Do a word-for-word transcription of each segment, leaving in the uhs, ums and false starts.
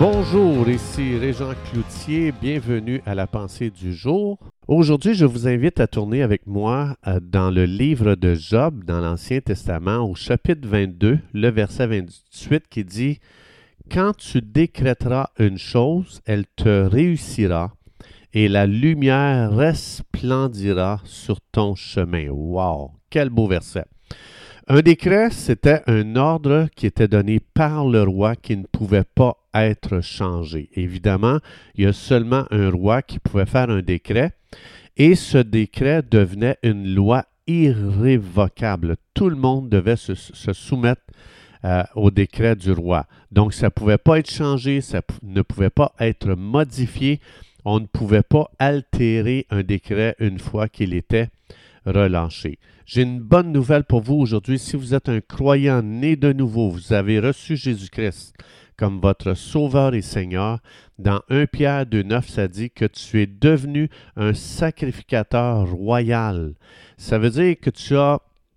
Bonjour, ici Régent Cloutier, bienvenue à la pensée du jour. Aujourd'hui, je vous invite à tourner avec moi dans le livre de Job, dans l'Ancien Testament, au chapitre vingt-deux, le verset vingt-huit qui dit « Quand tu décréteras une chose, elle te réussira, et la lumière resplendira sur ton chemin. » Wow! Quel beau verset! Un décret, c'était un ordre qui était donné par le roi qui ne pouvait pas être changé. Évidemment, il y a seulement un roi qui pouvait faire un décret et ce décret devenait une loi irrévocable. Tout le monde devait se, se soumettre euh, au décret du roi. Donc, ça ne pouvait pas être changé, ça ne pouvait pas être modifié. On ne pouvait pas altérer un décret une fois qu'il était relâché. J'ai une bonne nouvelle pour vous aujourd'hui. Si vous êtes un croyant né de nouveau, vous avez reçu Jésus-Christ comme votre Sauveur et Seigneur. Dans un Pierre deux neuf, ça dit que tu es devenu un sacrificateur royal. Ça veut dire que tu as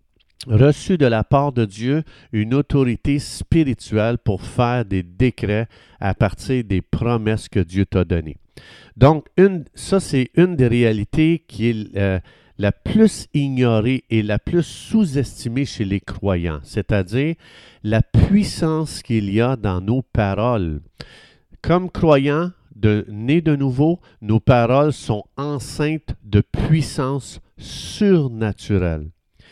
reçu de la part de Dieu une autorité spirituelle pour faire des décrets à partir des promesses que Dieu t'a données. Donc, une, ça, c'est une des réalités qui est euh, la plus ignorée et la plus sous-estimée chez les croyants, c'est-à-dire la puissance qu'il y a dans nos paroles. Comme croyants de, nés de nouveau, nos paroles sont enceintes de puissance surnaturelle.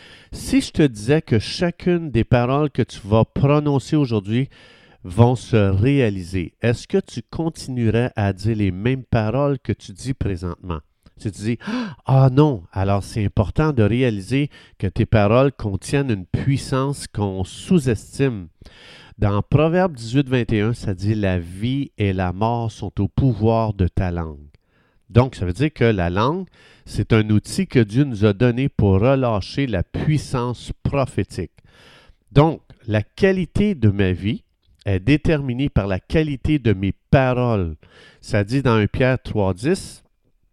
Si je te disais que chacune des paroles que tu vas prononcer aujourd'hui vont se réaliser, est-ce que tu continuerais à dire les mêmes paroles que tu dis présentement? Si tu dis « Ah non », alors c'est important de réaliser que tes paroles contiennent une puissance qu'on sous-estime. Dans Proverbe dix-huit, vingt et un, ça dit « La vie et la mort sont au pouvoir de ta langue ». Donc, ça veut dire que la langue, c'est un outil que Dieu nous a donné pour relâcher la puissance prophétique. Donc, la qualité de ma vie est déterminée par la qualité de mes paroles. Ça dit dans un Pierre trois dix,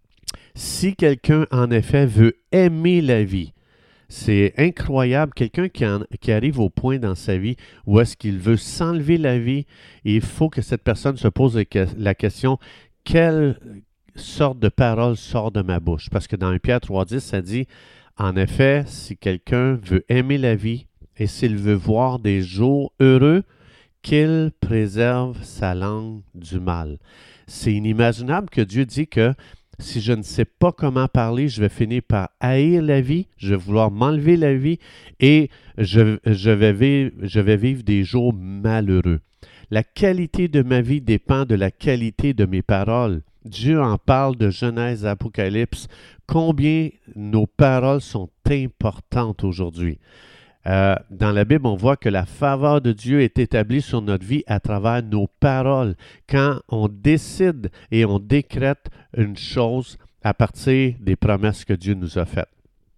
« Si quelqu'un, en effet, veut aimer la vie, » c'est incroyable, quelqu'un qui, en, qui arrive au point dans sa vie où est-ce qu'il veut s'enlever la vie, et il faut que cette personne se pose la question, quelle sorte de parole sort de ma bouche? Parce que dans un Pierre trois dix, ça dit, en effet, si quelqu'un veut aimer la vie et s'il veut voir des jours heureux, qu'il préserve sa langue du mal. C'est inimaginable que Dieu dit que si je ne sais pas comment parler, je vais finir par haïr la vie, je vais vouloir m'enlever la vie et je, je, vais vivre, je vais vivre des jours malheureux. La qualité de ma vie dépend de la qualité de mes paroles. Dieu en parle de Genèse à Apocalypse. Combien nos paroles sont importantes aujourd'hui. Euh, dans la Bible, on voit que la faveur de Dieu est établie sur notre vie à travers nos paroles. Quand on décide et on décrète une chose à partir des promesses que Dieu nous a faites.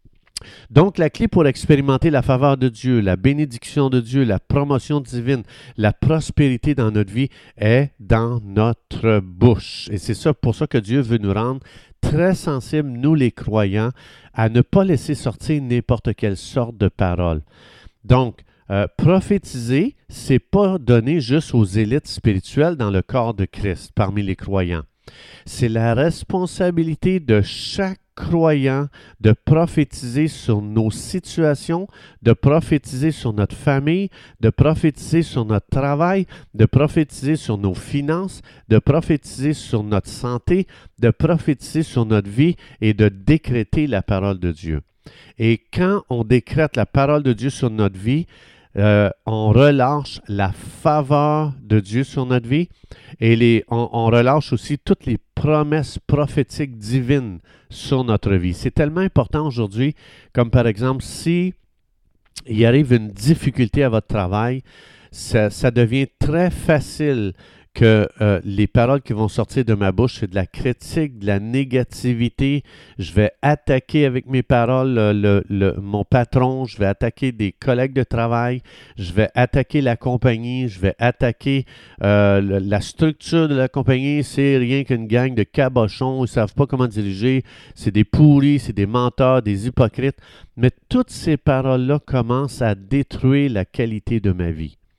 Donc, la clé pour expérimenter la faveur de Dieu, la bénédiction de Dieu, la promotion divine, la prospérité dans notre vie est dans notre bouche. Et c'est ça pour ça que Dieu veut nous rendre très sensibles, nous les croyants, à ne pas laisser sortir n'importe quelle sorte de parole. Donc, euh, prophétiser, c'est pas donné juste aux élites spirituelles dans le corps de Christ, parmi les croyants. C'est la responsabilité de chaque croyant de prophétiser sur nos situations, de prophétiser sur notre famille, de prophétiser sur notre travail, de prophétiser sur nos finances, de prophétiser sur notre santé, de prophétiser sur notre vie et de décréter la parole de Dieu. Et quand on décrète la parole de Dieu sur notre vie, Euh, on relâche la faveur de Dieu sur notre vie et les, on, on relâche aussi toutes les promesses prophétiques divines sur notre vie. C'est tellement important aujourd'hui, comme par exemple, si il arrive une difficulté à votre travail, ça, ça devient très facile que euh, les paroles qui vont sortir de ma bouche, c'est de la critique, de la négativité. Je vais attaquer avec mes paroles le, le, le, mon patron, je vais attaquer des collègues de travail, je vais attaquer la compagnie, je vais attaquer euh, le, la structure de la compagnie. C'est rien qu'une gang de cabochons, ils ne savent pas comment diriger, c'est des pourris, c'est des menteurs, des hypocrites. Mais toutes ces paroles-là commencent à détruire la qualité de ma vie.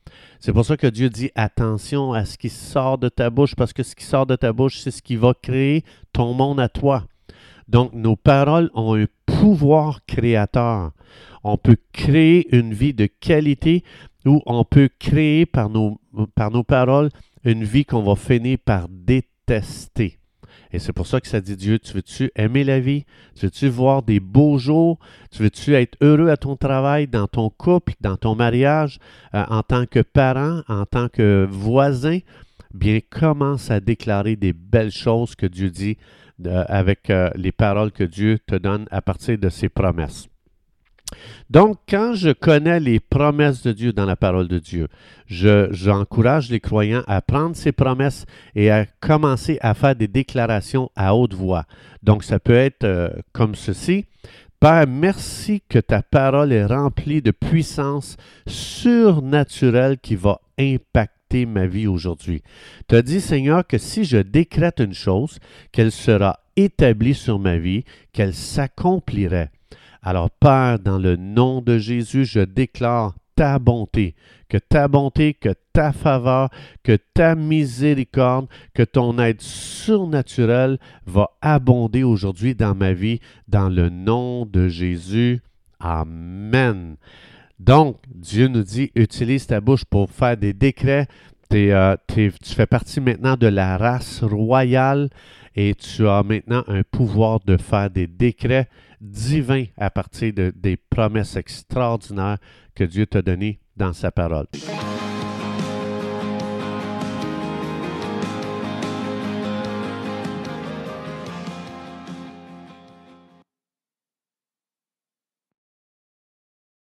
C'est pour ça que Dieu dit attention à ce qui sort de ta bouche, parce que ce qui sort de ta bouche, c'est ce qui va créer ton monde à toi. Donc, nos paroles ont un pouvoir créateur. On peut créer une vie de qualité ou on peut créer par nos, par nos paroles une vie qu'on va finir par détester. Et c'est pour ça que ça dit Dieu, tu veux-tu aimer la vie? Tu veux-tu voir des beaux jours? Tu veux-tu être heureux à ton travail, dans ton couple, dans ton mariage, euh, en tant que parent, en tant que voisin? Bien, commence à déclarer des belles choses que Dieu dit euh, avec euh, les paroles que Dieu te donne à partir de ses promesses. Donc, quand je connais les promesses de Dieu dans la parole de Dieu, je, j'encourage les croyants à prendre ces promesses et à commencer à faire des déclarations à haute voix. Donc, ça peut être euh, comme ceci. Père, merci que ta parole est remplie de puissance surnaturelle qui va impacter ma vie aujourd'hui. Tu as dit, Seigneur, que si je décrète une chose, qu'elle sera établie sur ma vie, qu'elle s'accomplirait. Alors, Père, dans le nom de Jésus, je déclare ta bonté, que ta bonté, que ta faveur, que ta miséricorde, que ton aide surnaturelle va abonder aujourd'hui dans ma vie, dans le nom de Jésus. Amen. Donc, Dieu nous dit, utilise ta bouche pour faire des décrets. T'es, euh, t'es, tu fais partie maintenant de la race royale et tu as maintenant un pouvoir de faire des décrets divins à partir de, des promesses extraordinaires que Dieu t'a données dans sa parole.